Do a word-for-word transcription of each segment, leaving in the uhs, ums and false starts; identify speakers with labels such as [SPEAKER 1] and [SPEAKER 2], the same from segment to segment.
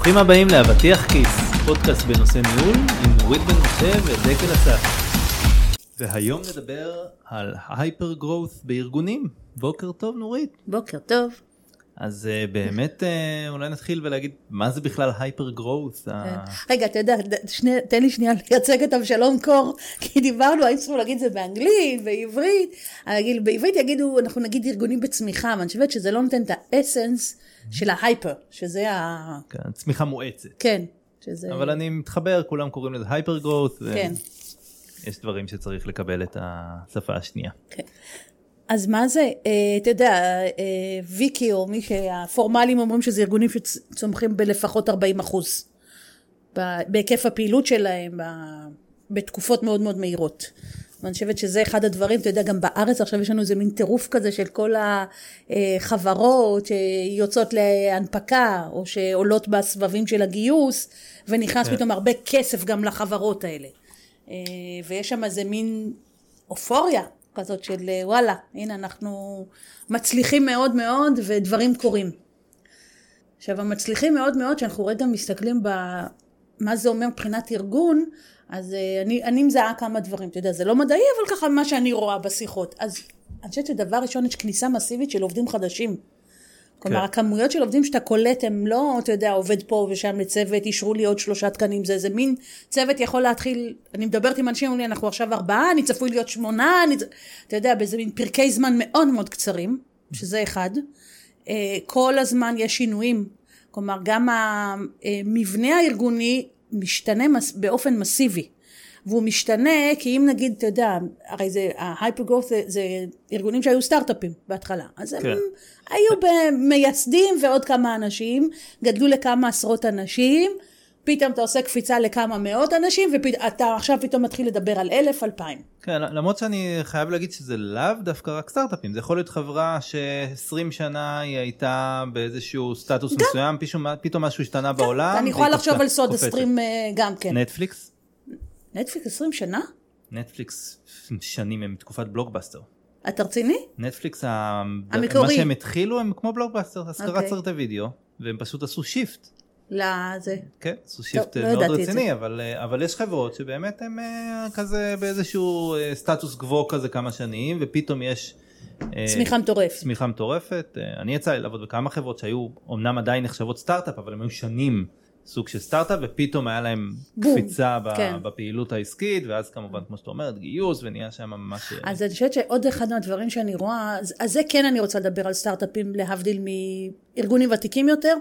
[SPEAKER 1] ברוכים הבאים לאבטיח כיס, פודקאסט בנושא ניהול עם נורית בן משה ודקל אסף. והיום נדבר על הייפר גרוס בארגונים. בוקר טוב נורית.
[SPEAKER 2] בוקר טוב.
[SPEAKER 1] אז uh, באמת uh, אולי נתחיל ולהגיד מה זה בכלל הייפר גרוס.
[SPEAKER 2] רגע, אתה יודע, שני, תן לי שנייה לייצג את אבשלום קור, כי דיברנו, האם צריכים להגיד זה באנגלית, בעברית, בעברית יגידו, אנחנו נגיד ארגונים בצמיחה, אבל אני חושבת שזה לא נותן את האסנס של ההייפר, שזה ה...
[SPEAKER 1] כן, צמיחה מואצת.
[SPEAKER 2] כן. שזה...
[SPEAKER 1] אבל אני מתחבר, כולם קוראים לזה הייפר גרוס,
[SPEAKER 2] כן.
[SPEAKER 1] יש דברים שצריך לקבל את השפה השנייה. כן.
[SPEAKER 2] אז מה זה, אתה יודע, ויקי או מי שהפורמלים אומרים שזה ארגונים שצומחים בלפחות ארבעים אחוז, בהיקף הפעילות שלהם, בתקופות מאוד מאוד מהירות. ואני חושבת שזה אחד הדברים, אתה יודע, גם בארץ עכשיו יש לנו איזה מין טירוף כזה של כל החברות שיוצאות להנפקה, או שעולות בסבבים של הגיוס, ונכנס פתאום הרבה כסף גם לחברות האלה. ויש שם איזה מין אופוריה, כזאת של וואלה, הנה אנחנו מצליחים מאוד מאוד ודברים קורים. עכשיו המצליחים מאוד מאוד, שאנחנו רגע מסתכלים במה זה אומר מבחינת ארגון, אז אני, אני מזהה כמה דברים, אתה יודע, זה לא מדעי, אבל ככה מה שאני רואה בשיחות. אז אני חושבת שדבר ראשון, יש כניסה מסיבית של עובדים חדשים. כלומר, כן. הכמויות של עובדים שאתה קולט, הם לא, אתה יודע, עובד פה ושם לצוות, אישרו לי עוד שלושה תקנים, זה איזה מין צוות יכול להתחיל, אני מדברת עם אנשים, אומרים לי, אנחנו עכשיו ארבעה, אני צפוי להיות שמונה, אני, אתה יודע, באיזה מין פרקי זמן מאוד מאוד קצרים, שזה אחד. כל הזמן יש שינויים, כלומר, גם המבנה הארגוני משתנה באופן מסיבי. והוא משתנה, כי אם נגיד, אתה יודע, הרי זה, ההייפר גרוס זה, זה ארגונים שהיו סטארט-אפים בהתחלה. אז כן. הם היו במייסדים ועוד כמה אנשים, גדלו לכמה עשרות אנשים, פתאום אתה עושה קפיצה לכמה מאות אנשים, ואתה עכשיו פתאום מתחיל לדבר על אלף, אלפיים.
[SPEAKER 1] כן, למרות שאני חייב להגיד שזה לאו דווקא רק סטארט-אפים. זה יכול להיות חברה ש-עשרים שנה היא הייתה באיזשהו סטטוס גם. מסוים, פתאום, פתאום משהו השתנה כן. בעולם.
[SPEAKER 2] אני יכולה לחשוב על סוד עשרים גם כן.
[SPEAKER 1] נטפליקס?
[SPEAKER 2] נטפליקס עשרים שנה?
[SPEAKER 1] נטפליקס שנים הם תקופת בלוקבאסטר.
[SPEAKER 2] אתה רציני?
[SPEAKER 1] נטפליקס,
[SPEAKER 2] המקורי.
[SPEAKER 1] מה שהם התחילו הם כמו בלוקבאסטר, השכרת סרטי וידאו, והם פשוט עשו שיפט.
[SPEAKER 2] לזה.
[SPEAKER 1] כן, עשו שיפט מאוד רציני, אבל, אבל יש חברות שבאמת הם כזה באיזשהו סטטוס גבוה כזה כמה שנים, ופתאום יש...
[SPEAKER 2] צמיחה מטורפת.
[SPEAKER 1] צמיחה מטורפת. אני יצא לי לעבוד בכמה חברות שהיו אומנם עדיין נחשבות סטארט-אפ, אבל הם היו שנים סוג של סטארט-אפ, ופתאום היה להם קפיצה כן. בפעילות העסקית, ואז כמובן, כמו שאתה אומרת, גיוס, ונהיה שם ממש...
[SPEAKER 2] אז אני חושבת שעוד אחד מהדברים שאני רואה, אז, אז זה כן אני רוצה לדבר על סטארט-אפים, להבדיל מארגונים ותיקים יותר.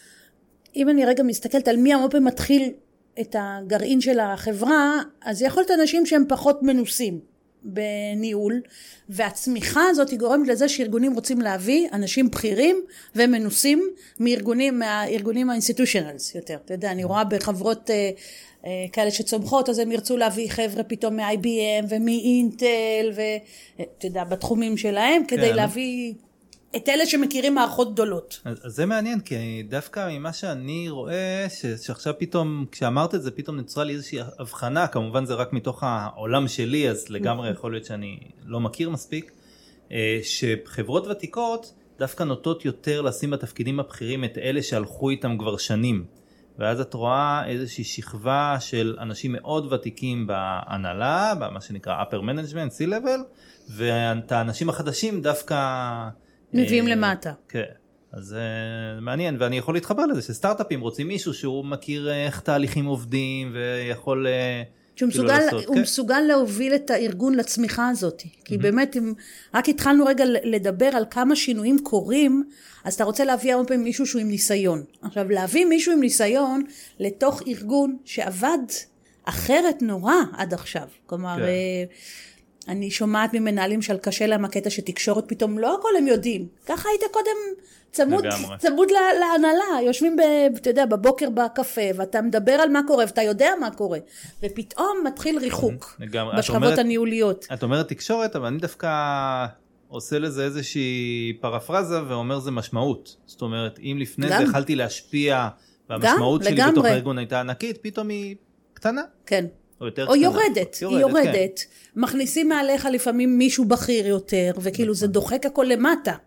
[SPEAKER 2] אם אני רגע מסתכלת על מי המופה מתחיל את הגרעין של החברה, אז יכול להיות אנשים שהם פחות מנוסים בניהול, והצמיחה הזאת היא גורמת לזה שארגונים רוצים להביא אנשים בכירים ומנוסים מארגונים, מהארגונים האינסטיטושנלס יותר. אתה יודע, אני רואה בחברות אה, אה, כאלה שצומחות, אז הם ירצו להביא חבר'ה פתאום מ-איי בי אם ומאינטל, ואתה יודע, בתחומים שלהם, כדי כן. להביא... את אלה שמכירים מערכות גדולות.
[SPEAKER 1] אז, אז זה מעניין, כי דווקא ממה שאני רואה, ש, שעכשיו פתאום, כשאמרת את זה, פתאום נוצרה לי איזושהי הבחנה, כמובן זה רק מתוך העולם שלי, אז לגמרי יכול להיות שאני לא מכיר מספיק, שחברות ותיקות דווקא נוטות יותר לשים בתפקידים הבכירים את אלה שהלכו איתם כבר שנים, ואז את רואה איזושהי שכבה של אנשים מאוד ותיקים בהנהלה, במה שנקרא upper management, C-level, ואת האנשים החדשים דווקא...
[SPEAKER 2] מביאים למטה.
[SPEAKER 1] כן, אז זה מעניין, ואני יכול להתחבר לזה, שסטארט-אפים רוצים מישהו שהוא מכיר איך תהליכים עובדים, ויכול
[SPEAKER 2] שהוא מסוגל, הוא מסוגל להוביל את הארגון לצמיחה הזאת, כי באמת, אם רק התחלנו רגע לדבר על כמה שינויים קורים, אז אתה רוצה להביא הרבה פעמים מישהו שהוא עם ניסיון. עכשיו, להביא מישהו עם ניסיון לתוך ארגון שעבד אחרת נורא עד עכשיו. כלומר, אני שומעת ממנהלים של קשה להם הקטע שתקשורת פתאום לא הכל הם יודעים. ככה היית קודם צמוד, צמוד להנהלה, יושבים ב, אתה יודע, בבוקר בקפה, ואתה מדבר על מה קורה, ואתה יודע מה קורה. ופתאום מתחיל ריחוק בשכבות הניהוליות.
[SPEAKER 1] את אומרת תקשורת, אבל אני דווקא עושה לזה איזושהי פרפרזה, ואומר זה משמעות. זאת אומרת, אם לפני זה יכלתי להשפיע, והמשמעות שלי בתוך הארגון הייתה ענקית, פתאום היא קטנה.
[SPEAKER 2] כן. או, או יורדת, היא יורדת, כן. מכניסים מעליך לפעמים מישהו בכיר יותר, וכאילו נכון. זה דוחק הכל למטה.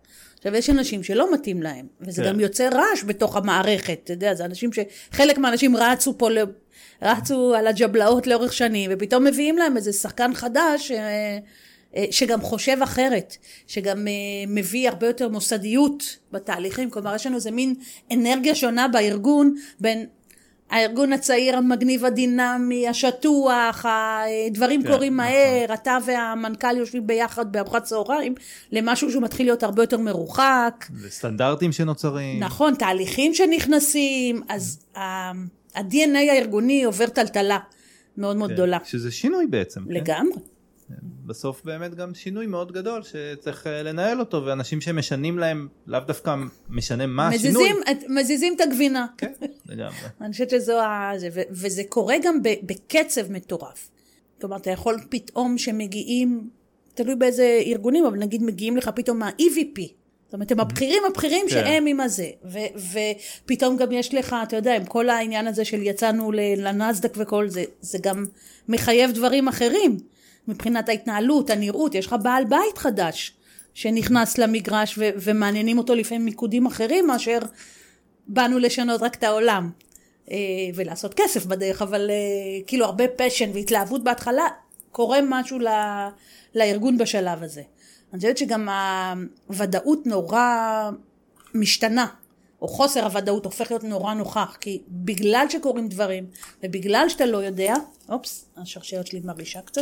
[SPEAKER 2] עכשיו, יש אנשים שלא מתאים להם, וזה גם יוצר רעש בתוך המערכת, אתה יודע, זה אנשים שחלק מהאנשים רצו פה, רצו על הג'בלאות לאורך שנים, ופתאום מביאים להם איזה שחקן חדש, שגם חושב אחרת, שגם מביא הרבה יותר מוסדיות בתהליכים, כלומר, יש לנו איזה מין אנרגיה שונה בארגון, בין הארגון הצעיר, המגניב, הדינמי, השטוח, הדברים כן, קורים נכון. מהר, אתה והמנכ"ל יושבים ביחד בארוחת צהריים, למשהו שהוא מתחיל להיות הרבה יותר מרוחק.
[SPEAKER 1] וסטנדרטים שנוצרים.
[SPEAKER 2] נכון, תהליכים שנכנסים, אז ה-די אן איי הארגוני עובר טלטלה מאוד מאוד כן, גדולה.
[SPEAKER 1] שזה שינוי בעצם.
[SPEAKER 2] לגמרי.
[SPEAKER 1] כן? בסוף באמת גם שינוי מאוד גדול שצריך לנהל אותו, ואנשים שמשנים להם, לאו דווקא משנה מה השינוי.
[SPEAKER 2] מזיזים את הגבינה.
[SPEAKER 1] כן, לגמרי.
[SPEAKER 2] אני חושבת שזו, וזה קורה גם בקצב מטורף. כלומר, אתה יכול פתאום שמגיעים, תלוי באיזה ארגונים, אבל נגיד מגיעים לך פתאום מה-אי וי פי. זאת אומרת, הם הבכירים הבכירים שהם עם הזה. ופתאום גם יש לך, אתה יודע, עם כל העניין הזה של יצאנו לנסדק וכל זה, זה גם מחייב דברים אחרים. מבחינת ההתנהלות, הנראות, יש לך בעל בית חדש שנכנס למגרש ו- ומעניינים אותו לפעמים מיקודים אחרים מאשר באנו לשנות רק את העולם אה, ולעשות כסף בדרך, אבל אה, כאילו הרבה פשן והתלהבות בהתחלה, קורה משהו ל- לארגון בשלב הזה. אני חושבת שגם הוודאות נורא משתנה, או חוסר הוודאות הופך להיות נורא נוכח, כי בגלל שקורים דברים ובגלל שאתה לא יודע, אופס, השרשרת שלי מרגישה קצת,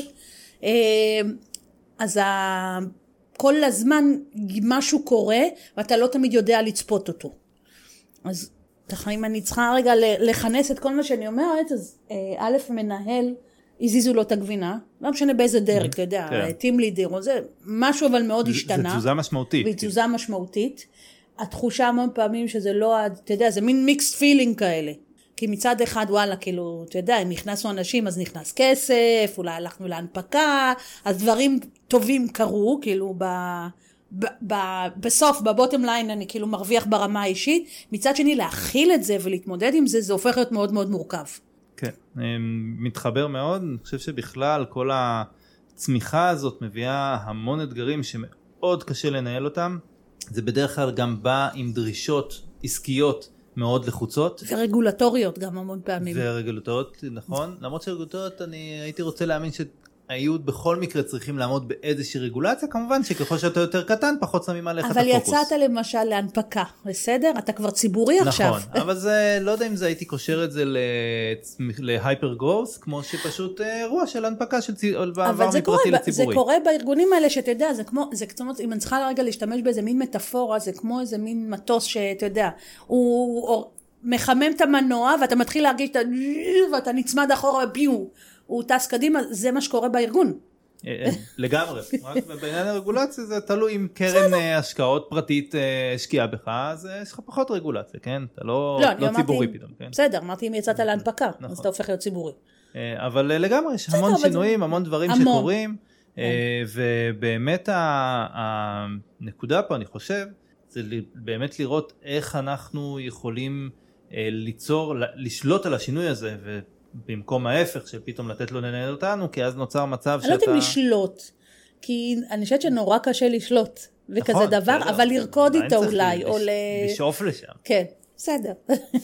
[SPEAKER 2] אז כל הזמן משהו קורה, ואתה לא תמיד יודע לצפות אותו. אז ככה אם אני צריכה רגע לכנס את כל מה שאני אומרת, אז א' מנהל, הזיזו לו את הגבינה, לא משנה באיזה דרך, אתה יודע, טים לידר, או זה, משהו אבל מאוד השתנה.
[SPEAKER 1] זה תזוזה משמעותית.
[SPEAKER 2] והיא תזוזה משמעותית. התחושה המון פעמים שזה לא, אתה יודע, זה מין מיקסט פילינג כאלה. כי מצד אחד, וואלה, כאילו, אתה יודע, אם נכנסנו אנשים, אז נכנס כסף, אולי הלכנו להנפקה, אז דברים טובים קרו, כאילו, ב, ב, ב, בסוף, בבוטם ליין, אני כאילו מרוויח ברמה האישית. מצד שני, להכיל את זה ולהתמודד עם זה, זה הופך להיות מאוד מאוד מורכב.
[SPEAKER 1] כן, מתחבר מאוד. אני חושב שבכלל, כל הצמיחה הזאת מביאה המון אתגרים שמאוד קשה לנהל אותם. זה בדרך כלל גם בא עם דרישות עסקיות מאוד לחוצות.
[SPEAKER 2] ורגולטוריות גם המון פעמים.
[SPEAKER 1] ורגולטוריות, נכון. למרות שרגולטוריות, אני הייתי רוצה להאמין שהיו בכל מקרה צריכים לעמוד באיזושהי רגולציה. כמובן שככל שאתה יותר קטן, פחות שמים עליך את הפוקוס.
[SPEAKER 2] אבל יצאת למשל להנפקה, בסדר? אתה כבר ציבורי עכשיו.
[SPEAKER 1] נכון, אבל זה, לא יודע אם זה הייתי קושר את זה להייפר גרוס, כמו שפשוט אירוע של הנפקה של מעבר מפרטי לציבורי.
[SPEAKER 2] זה קורה בארגונים האלה שאתה יודע, זה כמו, זה כמו, אם אני צריכה רגע להשתמש באיזה מין מטאפורה, זה כמו איזה מין מטוס שאתה יודע, הוא מחמם את המנוע, ואתה מתחיל להרגיש, ואתה נצמד אחורה, וביו, הוא טס קדימה, זה מה שקורה בארגון.
[SPEAKER 1] לגמרי, רק בעניין הרגולציה זה תלוי אם קרן השקעות פרטית השקיעה בך, אז יש לך פחות רגולציה, כן? אתה לא ציבורי פתאום, כן?
[SPEAKER 2] בסדר, אמרתי אם יצאת להנפקה, אז אתה הופך להיות ציבורי.
[SPEAKER 1] אבל לגמרי, יש המון שינויים, המון דברים שקורים, ובאמת הנקודה פה, אני חושב, זה באמת לראות איך אנחנו יכולים ליצור, לשלוט על השינוי הזה, ו... במקום ההפך של פתאום לתת לו לנהל אותנו, כי אז נוצר מצב שאתה...
[SPEAKER 2] אני לא יודעת אם לשלוט, כי אני חושבת שנורא קשה לשלוט, וכזה דבר, אבל לרקוד איתו אולי, או ל...
[SPEAKER 1] לשאוף לשם.
[SPEAKER 2] כן, בסדר.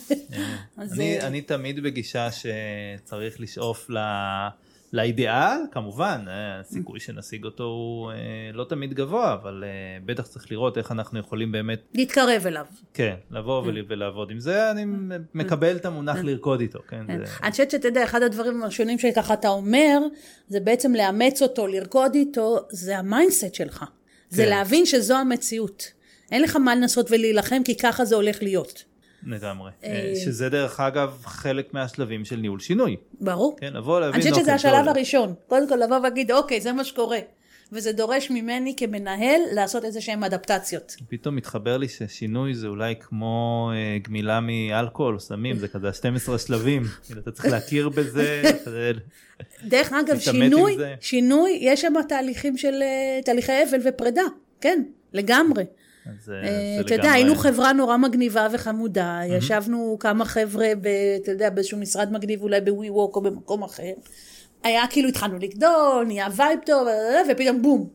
[SPEAKER 1] אני תמיד בגישה שצריך לשאוף לאידיאל, כמובן, הסיכוי שנשיג אותו הוא לא תמיד גבוה, אבל בטח צריך לראות איך אנחנו יכולים באמת...
[SPEAKER 2] להתקרב אליו.
[SPEAKER 1] כן, לבוא ולעבוד עם זה, אני מקבל את המונח לרקוד איתו.
[SPEAKER 2] אני חושבת שאתה יודע, אחד הדברים הראשונים שככה אתה אומר, זה בעצם לאמץ אותו, לרקוד איתו, זה המיינדסט שלך. זה להבין שזו המציאות. אין לך מה לנסות ולהילחם, כי ככה זה הולך להיות.
[SPEAKER 1] לגמרי. שזה דרך אגב חלק מהשלבים של ניהול שינוי.
[SPEAKER 2] ברור.
[SPEAKER 1] כן, לבוא להבין.
[SPEAKER 2] אני חושבת שזה השלב הראשון. קודם כל לבוא ולהגיד, אוקיי, זה מה שקורה. וזה דורש ממני כמנהל לעשות איזה שהם אדפטציות.
[SPEAKER 1] פתאום מתחבר לי ששינוי זה אולי כמו גמילה מאלכוהול או סמים, זה כזה שנים עשר שלבים. אתה צריך להכיר בזה.
[SPEAKER 2] דרך אגב, שינוי, שינוי, יש שם תהליכים של תהליכי אבל ופרידה. כן, לגמרי. אתה יודע, היינו חברה נורא מגניבה וחמודה, ישבנו כמה חבר'ה, אתה יודע, באיזשהו משרד מגניב, אולי בווי ווק או במקום אחר, היה כאילו התחלנו לגדול, נהיה וייב טוב, ופתאום בום.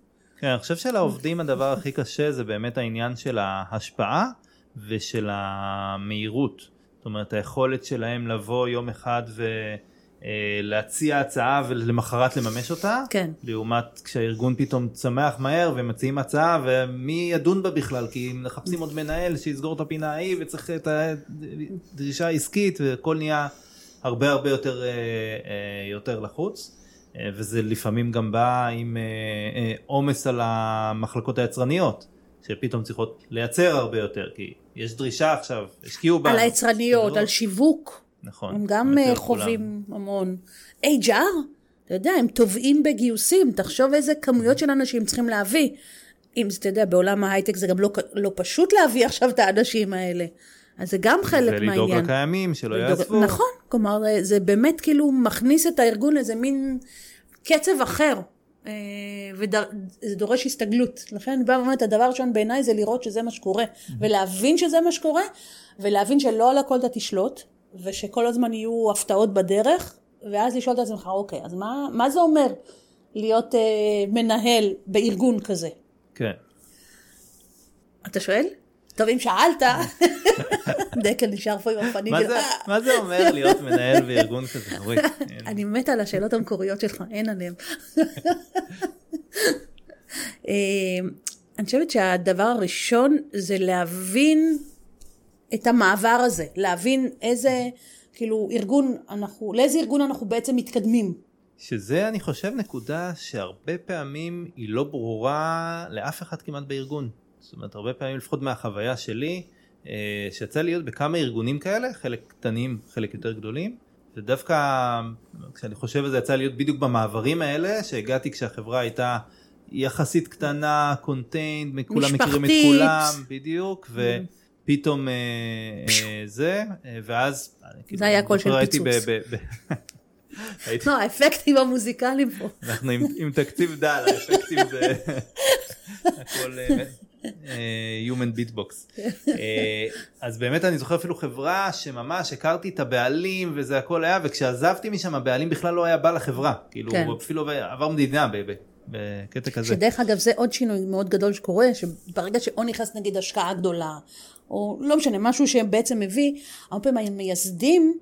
[SPEAKER 1] כן, אני חושב שלעובדים הדבר הכי קשה זה באמת העניין של ההשפעה ושל המהירות. זאת אומרת, היכולת שלהם לבוא יום אחד ולהציע הצעה ולמחרת לממש אותה.
[SPEAKER 2] כן.
[SPEAKER 1] לעומת כשהארגון פתאום צמח מהר ומציעים הצעה, ומי ידון בה בכלל? כי אם מחפשים עוד מנהל שיסגור את הפינה ההיא וצריך את הדרישה העסקית, וכל נהיה הרבה הרבה יותר, יותר לחוץ. וזה לפעמים גם בא עם עומס על המחלקות היצרניות, שפתאום צריכות לייצר הרבה יותר, כי יש דרישה עכשיו, השקיעו בה.
[SPEAKER 2] על היצרניות, על שיווק.
[SPEAKER 1] נכון.
[SPEAKER 2] הם גם חווים המון. אייץ' אר, אתה יודע, הם טובעים בגיוסים, תחשוב איזה כמויות של אנשים צריכים להביא. אם אתה יודע, בעולם ההייטק זה גם לא, לא פשוט להביא עכשיו את האנשים האלה. אז זה גם חלק מהעניין.
[SPEAKER 1] ולדאוג לקיימים, שלא יעזבו.
[SPEAKER 2] נכון, כלומר, זה באמת כאילו מכניס את הארגון לאיזה מין קצב אחר, וזה דורש הסתגלות. לכן אני באה ואומרת, הדבר הראשון בעיניי זה לראות שזה מה שקורה, ולהבין שזה מה שקורה, ולהבין שלא על הכל אתה תשלוט, ושכל הזמן יהיו הפתעות בדרך, ואז לשאול את עצמך, אוקיי, אז מה, מה זה אומר להיות מנהל בארגון כזה?
[SPEAKER 1] כן.
[SPEAKER 2] אתה שואל? טוב, אם שאלת, דקל נשאר פה עם הפנים שלך.
[SPEAKER 1] מה זה אומר להיות מנהל בארגון כזה?
[SPEAKER 2] אני מתה על השאלות המקוריות שלך, אין עליהם. אני חושבת שהדבר הראשון זה להבין את המעבר הזה, להבין איזה, כאילו, ארגון אנחנו, לאיזה ארגון אנחנו בעצם מתקדמים.
[SPEAKER 1] שזה, אני חושב, נקודה שהרבה פעמים היא לא ברורה לאף אחד כמעט בארגון. זאת אומרת, הרבה פעמים, לפחות מהחוויה שלי, שיצא להיות בכמה ארגונים כאלה, חלק קטנים, חלק יותר גדולים, ודווקא, כשאני חושב על זה, יצא להיות בדיוק במעברים האלה, שהגעתי כשהחברה הייתה יחסית קטנה, קונטיינד, כולם מכירים את כולם, בדיוק, ופתאום זה, ואז...
[SPEAKER 2] זה היה קול של פיצוץ. לא, האפקטים המוזיקליים פה.
[SPEAKER 1] אנחנו עם תקציב דל, האפקטים זה... הכל... Human Beatbox. אז באמת אני זוכר אפילו חברה שממש הכרתי את הבעלים וזה הכל היה, וכשעזבתי משם הבעלים בכלל לא היה בא לחברה, כאילו אפילו עבר מדינה בקטע כזה.
[SPEAKER 2] שדרך אגב זה עוד שינוי מאוד גדול שקורה, שברגע שאו נכנס נגיד השקעה גדולה, או לא משנה, משהו שבעצם מביא, הרבה פעמים המייסדים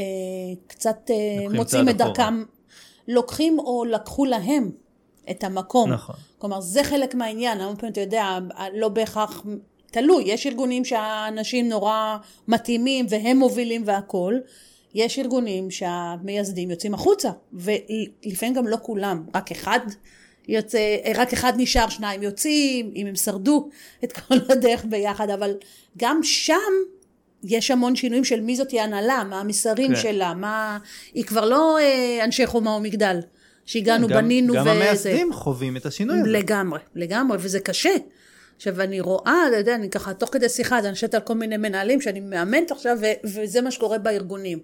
[SPEAKER 2] קצת מוצאים את דרכם, לוקחים או לקחו להם את המקום.
[SPEAKER 1] נכון.
[SPEAKER 2] כלומר, זה חלק מהעניין. הרבה פעמים אתה יודע, לא בהכרח תלוי. יש ארגונים שהאנשים נורא מתאימים והם מובילים והכל. יש ארגונים שהמייסדים יוצאים החוצה. ולפעמים גם לא כולם. רק אחד יוצא, רק אחד נשאר, שניים יוצאים, אם הם שרדו את כל הדרך ביחד. אבל גם שם יש המון שינויים של מי זאת היא הנהלה, מה המסרים כן. שלה, מה... היא כבר לא אנשי חומה או מגדל. שהגענו,
[SPEAKER 1] גם,
[SPEAKER 2] בנינו
[SPEAKER 1] גם
[SPEAKER 2] וזה.
[SPEAKER 1] גם המייסדים חווים את השינוי הזה.
[SPEAKER 2] לגמרי, לגמרי, וזה קשה. עכשיו אני רואה, אתה יודע, אני ככה, תוך כדי שיחה, אני חושבת על כל מיני מנהלים, שאני מאמנת עכשיו, ו- וזה מה שקורה בארגונים.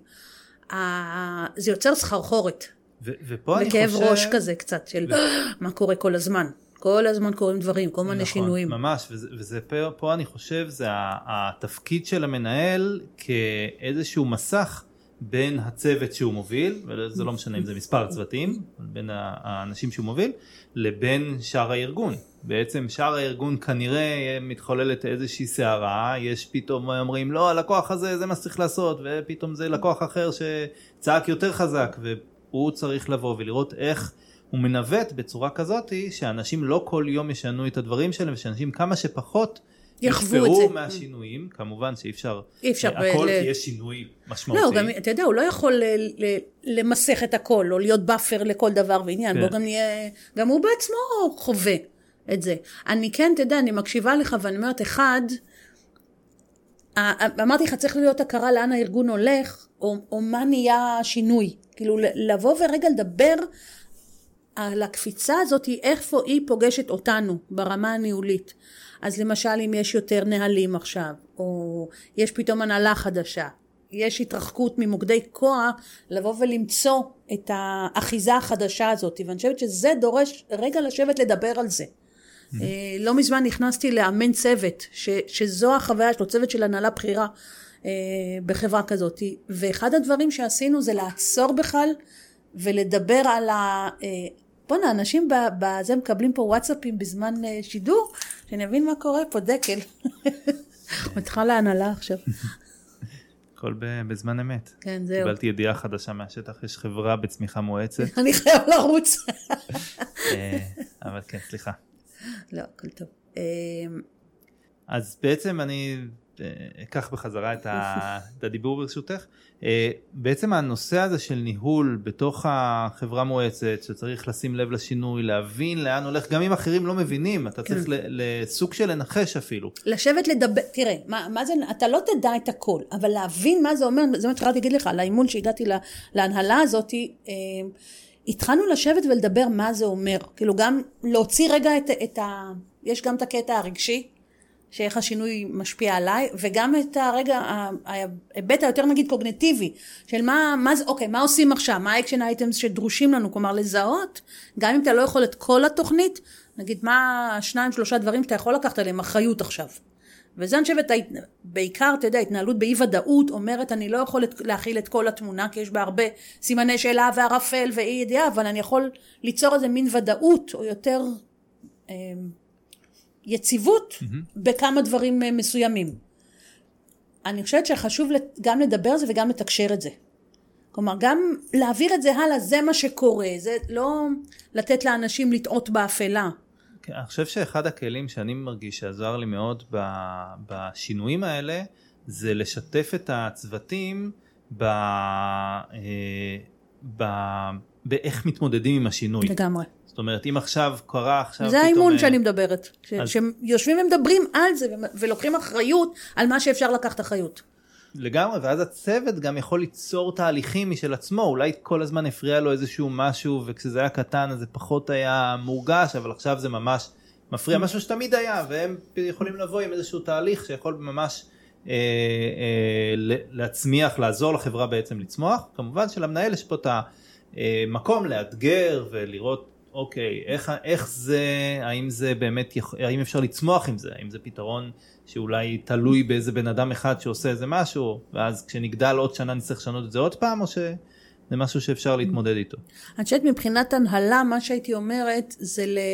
[SPEAKER 2] זה יוצר סחרחורת.
[SPEAKER 1] ו- ופה אני
[SPEAKER 2] וכאב
[SPEAKER 1] חושב...
[SPEAKER 2] ראש כזה קצת, של ו... מה קורה כל הזמן. כל הזמן קורים דברים, כל מיני
[SPEAKER 1] נכון,
[SPEAKER 2] שינויים.
[SPEAKER 1] ממש, וזה, וזה פה, פה אני חושב, זה התפקיד של המנהל, כאיזשהו מסך, בין הצוות שהוא מוביל, וזה לא משנה אם זה מספר צוותים, בין האנשים שהוא מוביל, לבין שאר הארגון. בעצם שאר הארגון כנראה מתחוללת איזושהי שערה, יש פתאום אומרים, לא, הלקוח הזה זה מה שצריך לעשות, ופתאום זה לקוח אחר שצעק יותר חזק, והוא צריך לבוא ולראות איך הוא מנווט בצורה כזאת, שאנשים לא כל יום ישנו את הדברים שלהם, ושאנשים כמה שפחות
[SPEAKER 2] יחוו את זה.
[SPEAKER 1] מהשינויים, כמובן שאי אפשר,
[SPEAKER 2] אי אפשר
[SPEAKER 1] הכל
[SPEAKER 2] ל...
[SPEAKER 1] תהיה שינוי משמעותי.
[SPEAKER 2] לא, גם, אתה יודע, הוא לא יכול ל, ל, למסך את הכל, או להיות באפר לכל דבר ועניין, כן. בו גם יהיה, גם הוא בעצמו חווה את זה. אני כן, אתה יודע, אני מקשיבה לך, ואני אומרת, אחד, אמרתי לך, צריך להיות הכרה לאן הארגון הולך, או, או מה נהיה השינוי. כאילו, לבוא ורגע לדבר על הקפיצה הזאת, איפה היא פוגשת אותנו ברמה הניהולית. אז למשל, אם יש יותר נהלים עכשיו, או יש פתאום הנהלה חדשה, יש התרחקות ממוקדי כוח, לבוא ולמצוא את האחיזה החדשה הזאת. ואני חושבת שזה דורש רגע לשבת לדבר על זה. Mm-hmm. לא מזמן נכנסתי לאמן צוות, ש, שזו החוויה שלו, צוות של הנהלה בחירה בחברה כזאת. ואחד הדברים שעשינו זה לעצור בכלל, ולדבר על בוא'נה, אנשים בזה מקבלים פה וואטסאפים בזמן שידור, שאני אבין מה קורה פה, דקל. מתחילה להנהלה עכשיו.
[SPEAKER 1] הכל בזמן אמת.
[SPEAKER 2] כן, זהו.
[SPEAKER 1] קיבלתי ידיעה חדשה מהשטח, יש חברה בצמיחה מואצת.
[SPEAKER 2] אני חייב לרוץ.
[SPEAKER 1] אבל כן, סליחה.
[SPEAKER 2] לא, הכל טוב.
[SPEAKER 1] אז בעצם אני אקח בחזרה את הדיבור ברשותך. בעצם הנושא הזה של ניהול בתוך החברה מואצת, שצריך לשים לב לשינוי, להבין לאן הולך, גם אם אחרים לא מבינים, אתה צריך לסוג של לנחש אפילו.
[SPEAKER 2] לשבת לדבר, תראה, מה, מה זה, אתה לא תדע את הכל, אבל להבין מה זה אומר, זה מה שחרתי להגיד לך, על האימון שהגעתי לה, להנהלה הזאת, התחלנו לשבת ולדבר מה זה אומר, כאילו גם להוציא רגע את, את ה, יש גם את הקטע הרגשי, שאיך השינוי משפיע עליי, וגם את הרגע, ההיבט היותר נגיד קוגניטיבי, של מה, מה זה, אוקיי, מה עושים עכשיו, מה האקשן אייטמס שדרושים לנו, כלומר לזהות, גם אם אתה לא יכול את כל התוכנית, נגיד מה שניים, שלושה דברים שאתה יכול לקחת עליהם אחריות עכשיו. וזה אני חושבת, בעיקר, אתה יודע, התנהלות באי ודאות, אומרת, אני לא יכול להכיל את כל התמונה, כי יש בה הרבה סימני שאלה וערפל ואי ידיעה, אבל אני יכול ליצור איזה מין ודאות, או יותר יציבות, mm-hmm. בכמה דברים מסוימים. אני חושבת שחשוב גם לדבר על זה וגם לתקשר את זה. כלומר, גם להעביר את זה הלאה, זה מה שקורה, זה לא לתת לאנשים לטעות באפלה.
[SPEAKER 1] אני חושב שאחד הכלים שאני מרגיש שעזר לי מאוד בשינויים האלה, זה לשתף את הצוותים ב... ב... באיך מתמודדים עם השינוי.
[SPEAKER 2] לגמרי.
[SPEAKER 1] זאת אומרת, אם עכשיו קרה, עכשיו...
[SPEAKER 2] זה האימון שאני מדברת. שיושבים ומדברים על זה, ולוקחים אחריות על מה שאפשר לקחת אחריות.
[SPEAKER 1] לגמרי, ואז הצוות גם יכול ליצור תהליכים משל עצמו, אולי כל הזמן הפריע לו איזשהו משהו, וכשזה היה קטן אז זה פחות היה מורגש, אבל עכשיו זה ממש מפריע, משהו שתמיד היה, והם יכולים לבוא עם איזשהו תהליך שיכול ממש אה, אה, להצמיח, לעזור לחברה בעצם לצמוח. כמובן שלמנהל יש פה את המקום לאתגר ולראות, אוקיי, איך, איך זה, האם זה באמת, האם אפשר לצמוח עם זה, האם זה פתרון שאולי תלוי באיזה בן אדם אחד שעושה איזה משהו, ואז כשנגדל עוד שנה נצטרך לשנות את זה עוד פעם, או שזה משהו שאפשר להתמודד איתו?
[SPEAKER 2] אני חושבת מבחינת הנהלה, מה שהייתי אומרת, זה ל...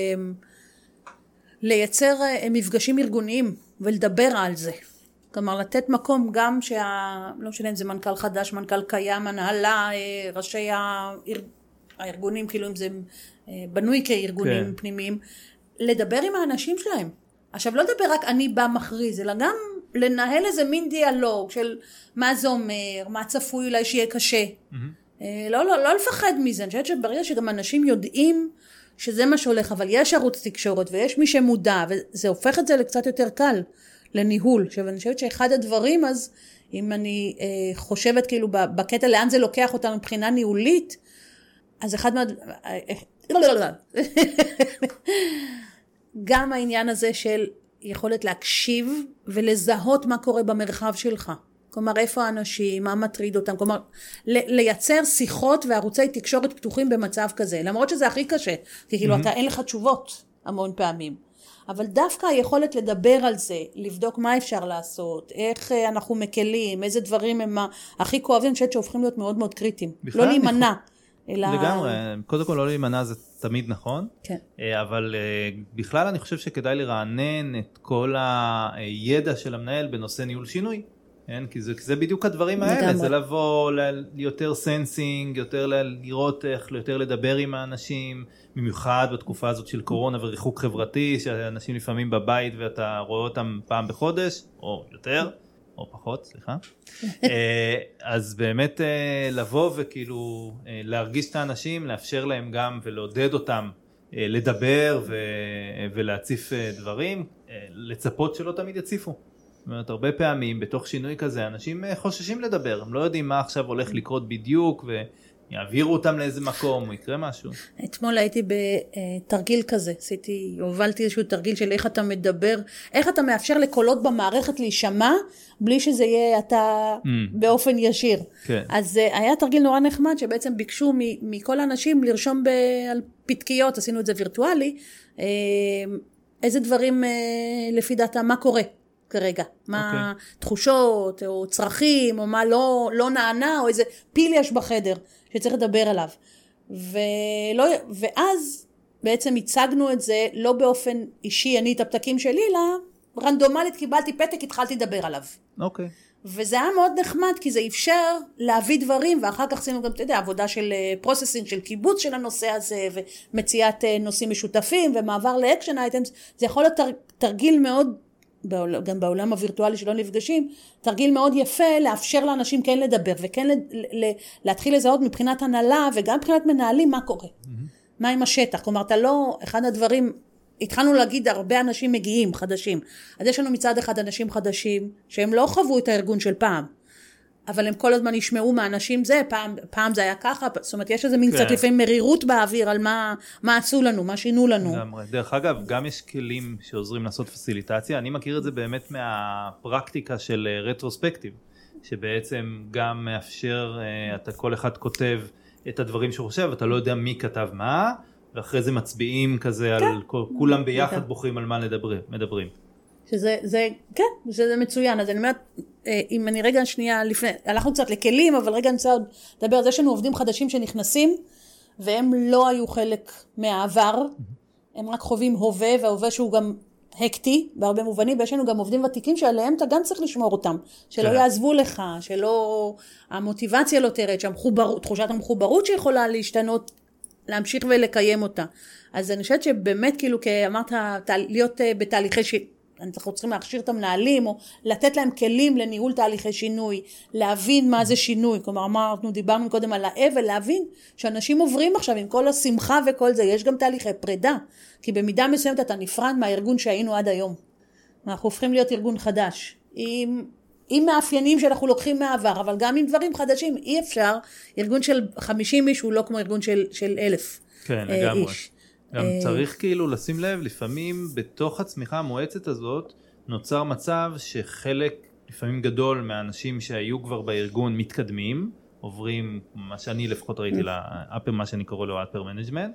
[SPEAKER 2] לייצר מפגשים ארגוניים, ולדבר על זה. כלומר, לתת מקום גם שה... לא משנה אם זה מנכ"ל חדש, מנכ"ל קיים, הנהלה, ראשי האר... הארגונים, כאילו אם זה בנוי כארגונים כן. פנימיים, לדבר עם האנשים שלהם. עכשיו, לא לדבר רק אני בא מכריז, אלא גם לנהל איזה מין דיאלוג של מה זה אומר, מה צפוי אולי שיהיה קשה. Mm-hmm. לא, לא, לא לפחד מזה. אני חושבת שברגע שגם אנשים יודעים שזה מה שהולך, אבל יש ערוץ תקשורת ויש מי שמודע, וזה הופך את זה לקצת יותר קל לניהול. עכשיו, אני חושבת שאחד הדברים, אז אם אני אה, חושבת כאילו בקטע לאן זה לוקח אותנו מבחינה ניהולית, אז אחד מה... גם העניין הזה של יכולת להקשיב ולזהות מה קורה במרחב שלך. כלומר, איפה האנשים, מה מטריד אותם. כלומר, לייצר שיחות וערוצי תקשורת פתוחים במצב כזה. למרות שזה הכי קשה, כי כאילו אתה אין לך תשובות המון פעמים. אבל דווקא היכולת לדבר על זה, לבדוק מה אפשר לעשות, איך אנחנו מקלים, איזה דברים הם הכי כואבים, אני חושבת שהופכים להיות מאוד מאוד קריטיים. לא להימנע. אלא... לגמרי,
[SPEAKER 1] קודם כל לא להימנע זה תמיד נכון,
[SPEAKER 2] כן.
[SPEAKER 1] אבל בכלל אני חושב שכדאי לרענן את כל הידע של המנהל בנושא ניהול שינוי, כן? כי זה, זה בדיוק הדברים האלה, לגמרי. זה לבוא ליותר סנסינג, יותר לראות איך, יותר לדבר עם האנשים, במיוחד בתקופה הזאת של קורונה וריחוק חברתי, שאנשים לפעמים בבית ואתה רואה אותם פעם בחודש, או יותר, או פחות, סליחה. אז באמת לבוא וכאילו להרגיש את האנשים, לאפשר להם גם ולעודד אותם לדבר ולהציף דברים, לצפות שלא תמיד יציפו. זאת אומרת, הרבה פעמים בתוך שינוי כזה, אנשים חוששים לדבר, הם לא יודעים מה עכשיו הולך לקרות בדיוק, ויעבירו אותם לאיזה מקום, או יקרה משהו.
[SPEAKER 2] אתמול הייתי בתרגיל כזה, עשיתי, הובלתי איזשהו תרגיל של איך אתה מדבר, איך אתה מאפשר לקולות במערכת להישמע, בלי שזה יהיה אתה mm. באופן ישיר.
[SPEAKER 1] כן.
[SPEAKER 2] אז היה תרגיל נורא נחמד, שבעצם ביקשו מכל האנשים לרשום על פתקיות, עשינו את זה וירטואלי, איזה דברים לפי דעתה, מה קורה כרגע, מה okay. תחושות או צרכים, או מה לא, לא נענה, או איזה פיל יש בחדר שצריך לדבר עליו. ולא, ואז בעצם הצגנו את זה לא באופן אישי, אני את הפתקים שלי, אלא רנדומלית קיבלתי פתק, התחלתי לדבר עליו.
[SPEAKER 1] אוקיי.
[SPEAKER 2] וזה היה מאוד נחמד, כי זה אפשר להביא דברים, ואחר כך עשינו גם, אתה יודע, עבודה של פרוססינג, של קיבוץ של הנושא הזה, ומציאת נושאים משותפים, ומעבר לאקשן אייטמס, זה יכול להיות תרגיל מאוד, גם בעולם הווירטואלי שלא נפגשים, תרגיל מאוד יפה לאפשר לאנשים כן לדבר, וכן להתחיל לזהות מבחינת הנהלה, וגם מבחינת מנהלים מה קורה. מה עם השטח? כלומר, אתה לא, אחד הדברים, התחלנו להגיד, הרבה אנשים מגיעים חדשים. אז יש לנו מצד אחד אנשים חדשים, שהם לא חוו את הארגון של פעם, אבל הם כל הזמן ישמעו מהאנשים זה, פעם, פעם זה היה ככה, זאת אומרת, יש איזה מין קצת לפעמים מרירות באוויר, על מה, מה עשו לנו, מה שינו לנו.
[SPEAKER 1] דרך אגב, גם יש כלים שעוזרים לעשות פסיליטציה, אני מכיר את זה באמת מהפרקטיקה של רטרוספקטיב, שבעצם גם מאפשר, אתה כל אחד כותב את הדברים שהוא חושב, אתה לא יודע מי כתב מה, ואחרי זה מצביעים כזה על כולם ביחד בוחרים על מה מדברים.
[SPEAKER 2] שזה, זה, כן, שזה מצוין. אז אני אומרת, אם אני רגע שנייה לפני, הלכנו קצת לכלים, אבל רגע נצא עוד לדבר על זה, יש לנו עובדים חדשים שנכנסים, והם לא היו חלק מהעבר, הם רק חווים הווה, וההווה שהוא גם הקטי, בהרבה מובנים, ויש לנו גם עובדים ותיקים שעליהם אתה גם צריך לשמור אותם, שלא יעזבו לך, שלא, המוטיבציה לא תרד, שהמחוברות, תחושת המחוברות שיכולה להשתנות, להמשיך ולקיים אותה. אז אני חושבת שבאמת, כאילו, כי אמרת, להיות בתהליכי ש... אנחנו צריכים להכשיר את המנהלים, או לתת להם כלים לניהול תהליכי שינוי, להבין מה זה שינוי. כלומר, אמרנו, דיברנו קודם על האבל, להבין שאנשים עוברים עכשיו עם כל השמחה וכל זה, יש גם תהליכי פרידה, כי במידה מסוימת אתה נפרד מהארגון שהיינו עד היום. אנחנו הופכים להיות ארגון חדש, עם, עם מאפיינים שאנחנו לוקחים מהעבר, אבל גם עם דברים חדשים. אי אפשר, ארגון של חמישים איש הוא לא כמו ארגון של, של אלף
[SPEAKER 1] כן, לגמרי. איש. גם צריך כאילו לשים לב, לפעמים בתוך הצמיחה המועצת הזאת נוצר מצב שחלק, לפעמים גדול מהאנשים שהיו כבר בארגון מתקדמים, עוברים מה שאני לפחות ראיתי לאפר, מה שאני קורא לו אפר מנג'מנט,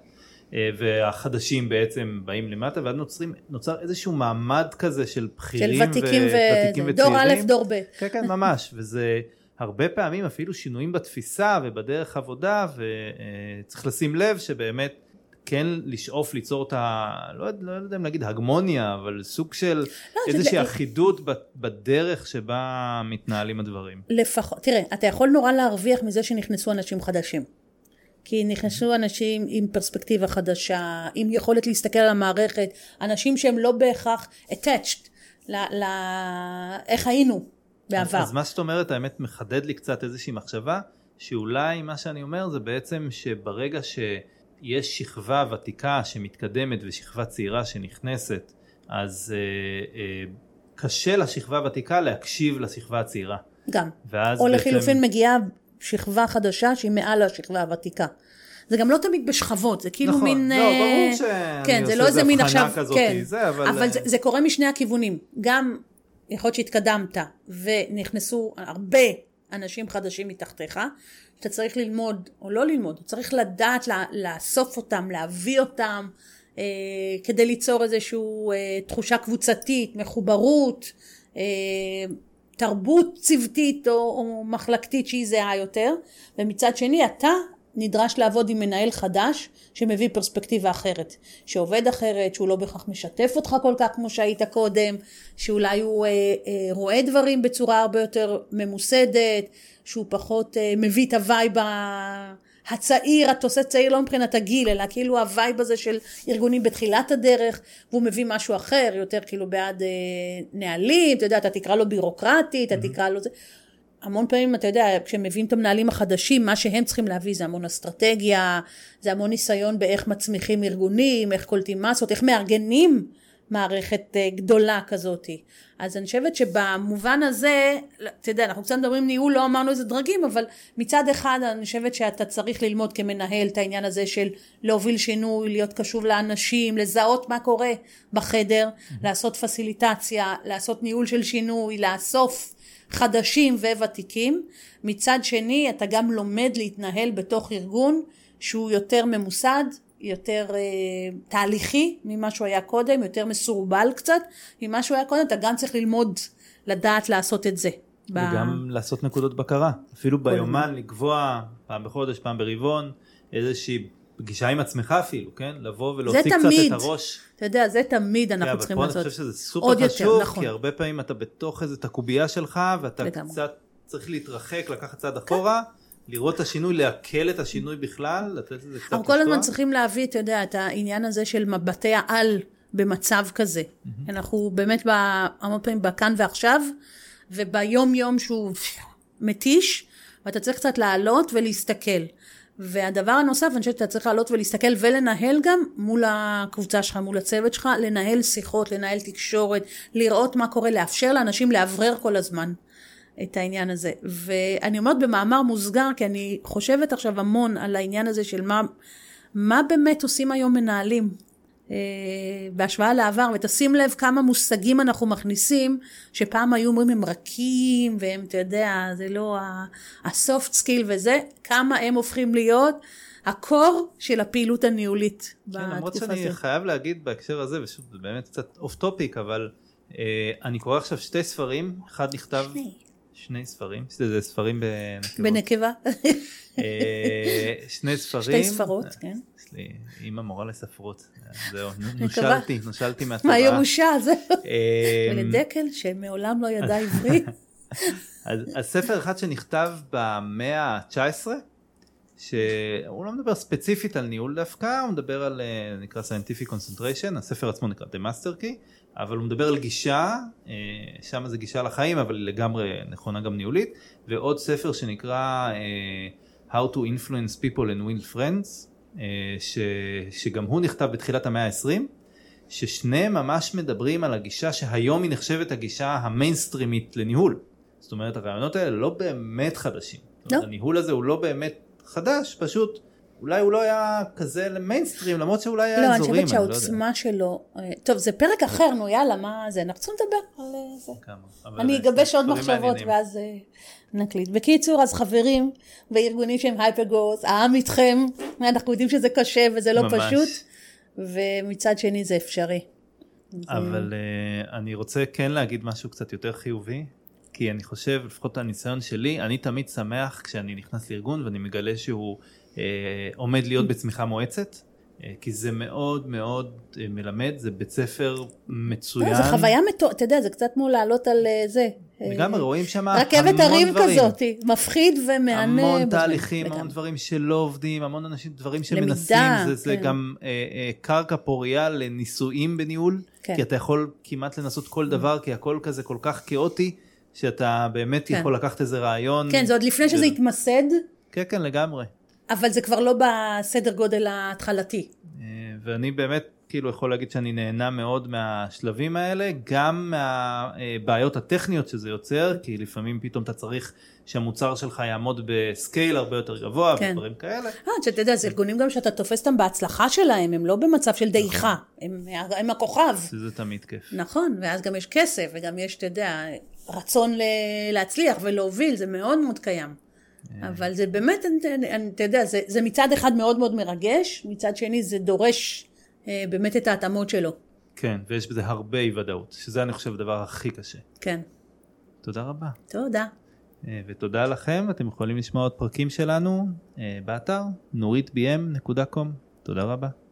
[SPEAKER 1] והחדשים בעצם באים למטה, ואז נוצרים, נוצר איזשהו מעמד כזה של בכירים
[SPEAKER 2] של ותיקים ו... דור א', דור ב'.
[SPEAKER 1] כן, כן, ממש, וזה הרבה פעמים אפילו שינויים בתפיסה ובדרך עבודה, וצריך לשים לב שבאמת כן לשאוף ליצור את ה... לא, לא יודע אם להגיד הגמוניה, אבל סוג של לא, איזושהי זה... אחידות בדרך שבה מתנהלים הדברים.
[SPEAKER 2] לפחות, תראה, אתה יכול נורא להרוויח מזה שנכנסו אנשים חדשים. כי נכנסו אנשים עם פרספקטיבה חדשה, עם יכולת להסתכל על המערכת, אנשים שהם לא בהכרח attached ל... ל... איך היינו בעבר.
[SPEAKER 1] אז, אז מה שאת אומרת, האמת מחדד לי קצת איזושהי מחשבה, שאולי מה שאני אומר זה בעצם שברגע ש... יש שכבה ותיקה שמתקדמת ושכבה צעירה שנכנסת, אז אה, אה, קשה לשכבה ותיקה להקשיב לשכבה הצעירה.
[SPEAKER 2] גם. או לחילופין בעצם... מגיעה שכבה חדשה שהיא מעל השכבה הוותיקה. זה גם לא תמיד בשכבות, זה כאילו
[SPEAKER 1] נכון,
[SPEAKER 2] מין...
[SPEAKER 1] לא, ברור שאני
[SPEAKER 2] כן,
[SPEAKER 1] עושה
[SPEAKER 2] לא
[SPEAKER 1] איזה
[SPEAKER 2] הבחנה
[SPEAKER 1] עכשיו, כזאת,
[SPEAKER 2] כן,
[SPEAKER 1] זה, אבל...
[SPEAKER 2] אבל זה, זה קורה משני הכיוונים. גם יכול להיות שהתקדמת ונכנסו הרבה אנשים חדשים מתחתיך, שאתה צריך ללמוד, או לא ללמוד, צריך לדעת לאסוף אותם, להביא אותם, אה, כדי ליצור איזושהי אה, תחושה קבוצתית, מחוברות, אה, תרבות צוותית או, או מחלקתית שהיא זהה יותר, ומצד שני אתה נדרש לעבוד עם מנהל חדש שמביא פרספקטיבה אחרת, שעובד אחרת, שהוא לא בכך משתף אותך כל כך כמו שהיית קודם, שאולי הוא אה, אה, רואה דברים בצורה הרבה יותר ממוסדת, שהוא פחות אה, מביא את הווייב הצעיר, התוסס צעיר לא מבחינת הגיל, אלא כאילו הווייב הזה של ארגונים בתחילת הדרך, והוא מביא משהו אחר, יותר כאילו בעד אה, נהלים, אתה יודע, אתה תקרא לו בירוקרטי, אתה mm-hmm. תקרא לו זה... המון פעמים, אתה יודע, כשמביאים את המנהלים החדשים, מה שהם צריכים להביא זה המון אסטרטגיה, זה המון ניסיון באיך מצמיחים ארגונים, איך קולטים מסות, איך מארגנים מערכת גדולה כזאת. אז אני חושבת שבמובן הזה, אתה יודע, אנחנו קצת מדברים ניהול, לא אמרנו איזה דרגים, אבל מצד אחד אני חושבת שאתה צריך ללמוד כמנהל את העניין הזה של להוביל שינוי, להיות קשוב לאנשים, לזהות מה קורה בחדר, לעשות פסיליטציה, לעשות ניהול של שינוי, לאסוף חדשים וותיקים. מצד שני, אתה גם לומד להתנהל בתוך ארגון שהוא יותר ממוסד, יותר אה, תהליכי ממה שהוא היה קודם, יותר מסורבל קצת ממה שהוא היה קודם, אתה גם צריך ללמוד לדעת לעשות את זה.
[SPEAKER 1] וגם לעשות נקודות בקרה. אפילו ביומן לקבוע פעם בחודש, פעם ברבעון, איזושהי פגישה עם עצמך אפילו, כן? לבוא ולהוציא קצת את הראש.
[SPEAKER 2] אתה יודע, זה תמיד אנחנו צריכים לעשות.
[SPEAKER 1] אבל פה אני חושב שזה סופר חשוב, כי הרבה פעמים אתה בתוך איזו הקובייה שלך, ואתה קצת צריך להתרחק, לקחת צעד אחורה, לראות את השינוי, להקל את השינוי בכלל, לתת את זה קצת
[SPEAKER 2] אנחנו כל הזמן צריכים להביא, אתה יודע, את העניין הזה של מבטי העל במצב כזה. אנחנו באמת המון פעמים בכאן ועכשיו, וביום יום שהוא מתיש, ואתה צריך קצת לעלות ולהסתכל. והדבר הנוסף, אני חושבת שאתה צריך לעלות ולהסתכל ולנהל גם מול הקבוצה שלך, מול הצוות שלך, לנהל שיחות, לנהל תקשורת, לראות מה קורה, לאפשר לאנשים לאוורר כל הזמן את העניין הזה. ואני אומרת במאמר מוסגר, כי אני חושבת עכשיו המון על העניין הזה של מה, מה באמת עושים היום מנהלים, בהשוואה לעבר, ותשים לב כמה מושגים אנחנו מכניסים, שפעם היו אומרים הם רכים, והם, אתה יודע, זה לא הסופט סקיל וזה, כמה הם הופכים להיות הקור של הפעילות הניהולית.
[SPEAKER 1] כן, למרות שאני חייב להגיד בהקשר הזה, ושוב, זה באמת קצת אוף טופיק, אבל אה, אני קורא עכשיו שתי ספרים, אחד נכתב, שני, שני ספרים, שזה ספרים בנקבות.
[SPEAKER 2] בנקבה.
[SPEAKER 1] אה, שני ספרים.
[SPEAKER 2] שתי ספרות, כן.
[SPEAKER 1] אימא מורה לספרות, זהו, נושלתי, נושלתי מהטבעה.
[SPEAKER 2] מהירושה, זהו. ולדקל שמעולם לא ידע עברית.
[SPEAKER 1] אז ספר אחד שנכתב במאה ה-תשע עשרה, שהוא לא מדבר ספציפית על ניהול דווקא, הוא מדבר על, נקרא Scientific Concentration, הספר עצמו נקרא The Master Key, אבל הוא מדבר על גישה, שם זה גישה לחיים, אבל לגמרי נכונה גם ניהולית, ועוד ספר שנקרא How to Influence People and Win Friends, ש, שגם הוא נכתב בתחילת המאה ה-עשרים, ששניהם ממש מדברים על הגישה שהיום היא נחשבת הגישה המיינסטרימית לניהול. זאת אומרת, הרעיונות האלה לא באמת חדשים. לא. הניהול הזה הוא לא באמת חדש, פשוט אולי הוא לא היה כזה למיינסטרים, למרות שאולי היה
[SPEAKER 2] לא,
[SPEAKER 1] אזורים.
[SPEAKER 2] לא, אני חושבת שהעוצמה לא שלו, טוב, זה פרק אחר, נו יאללה, מה זה? אנחנו צריכים לדבר על זה. כמה. אני אגבש עוד מחשבות מעניינים. ואז נקליט. בקיצור, אז חברים וארגונים שהם הייפרגרוס, העם איתכם, אנחנו יודעים שזה קשה וזה לא ממש. פשוט, ומצד שני זה אפשרי.
[SPEAKER 1] אבל uh, אני רוצה כן להגיד משהו קצת יותר חיובי, כי אני חושב, לפחות הניסיון שלי, אני תמיד שמח כשאני נכנס לארגון ואני מגלה שהוא אה, עומד להיות בצמיחה מועצת, אה, כי זה מאוד מאוד אה, מלמד, זה בית ספר מצוין.
[SPEAKER 2] לא, זה חוויה מטור, אתה יודע, זה קצת כמו לעלות על זה.
[SPEAKER 1] וגם רואים שם המון
[SPEAKER 2] דברים. רכבת הרים כזאת, מפחיד ומענה.
[SPEAKER 1] המון תהליכים, המון דברים שלא עובדים, המון אנשים, דברים שמנסים, זה, זה גם אה, אה, קרקע פוריה לניסויים בניהול, כי אתה יכול כמעט לנסות כל דבר, כי הכל כזה כל כך כאוטי, שאתה באמת כן. יכול לקחת איזה רעיון.
[SPEAKER 2] כן, זה עוד לפני שזה יתמסד.
[SPEAKER 1] כן, כן, לגמרי.
[SPEAKER 2] אבל זה כבר לא בסדר גודל ההתחלתי.
[SPEAKER 1] ואני באמת כאילו יכול להגיד שאני נהנה מאוד מהשלבים האלה, גם מהבעיות הטכניות שזה יוצר, כי לפעמים פתאום אתה צריך שהמוצר שלך יעמוד בסקייל הרבה יותר גבוה, כן. ודברים כאלה.
[SPEAKER 2] אה, שאתה יודע, זה ארגונים גם שאתה תופס אותם בהצלחה שלהם, הם לא במצב של דעיכה, הם, הם הכוכב.
[SPEAKER 1] זה תמיד כיף.
[SPEAKER 2] נכון, ואז גם יש כסף, וגם יש, אתה יודע, רצון להצליח ולהוביל, זה מאוד מאוד קיים. אבל זה באמת, אתה יודע, זה, זה מצד אחד מאוד מאוד מרגש, מצד שני זה דורש באמת את ההתאמות שלו.
[SPEAKER 1] כן, ויש בזה הרבה אי ודאות, שזה אני חושב הדבר הכי קשה.
[SPEAKER 2] כן.
[SPEAKER 1] תודה רבה.
[SPEAKER 2] תודה.
[SPEAKER 1] ותודה לכם, אתם יכולים לשמוע עוד פרקים שלנו באתר נורית בי אם נקודה קום. תודה רבה.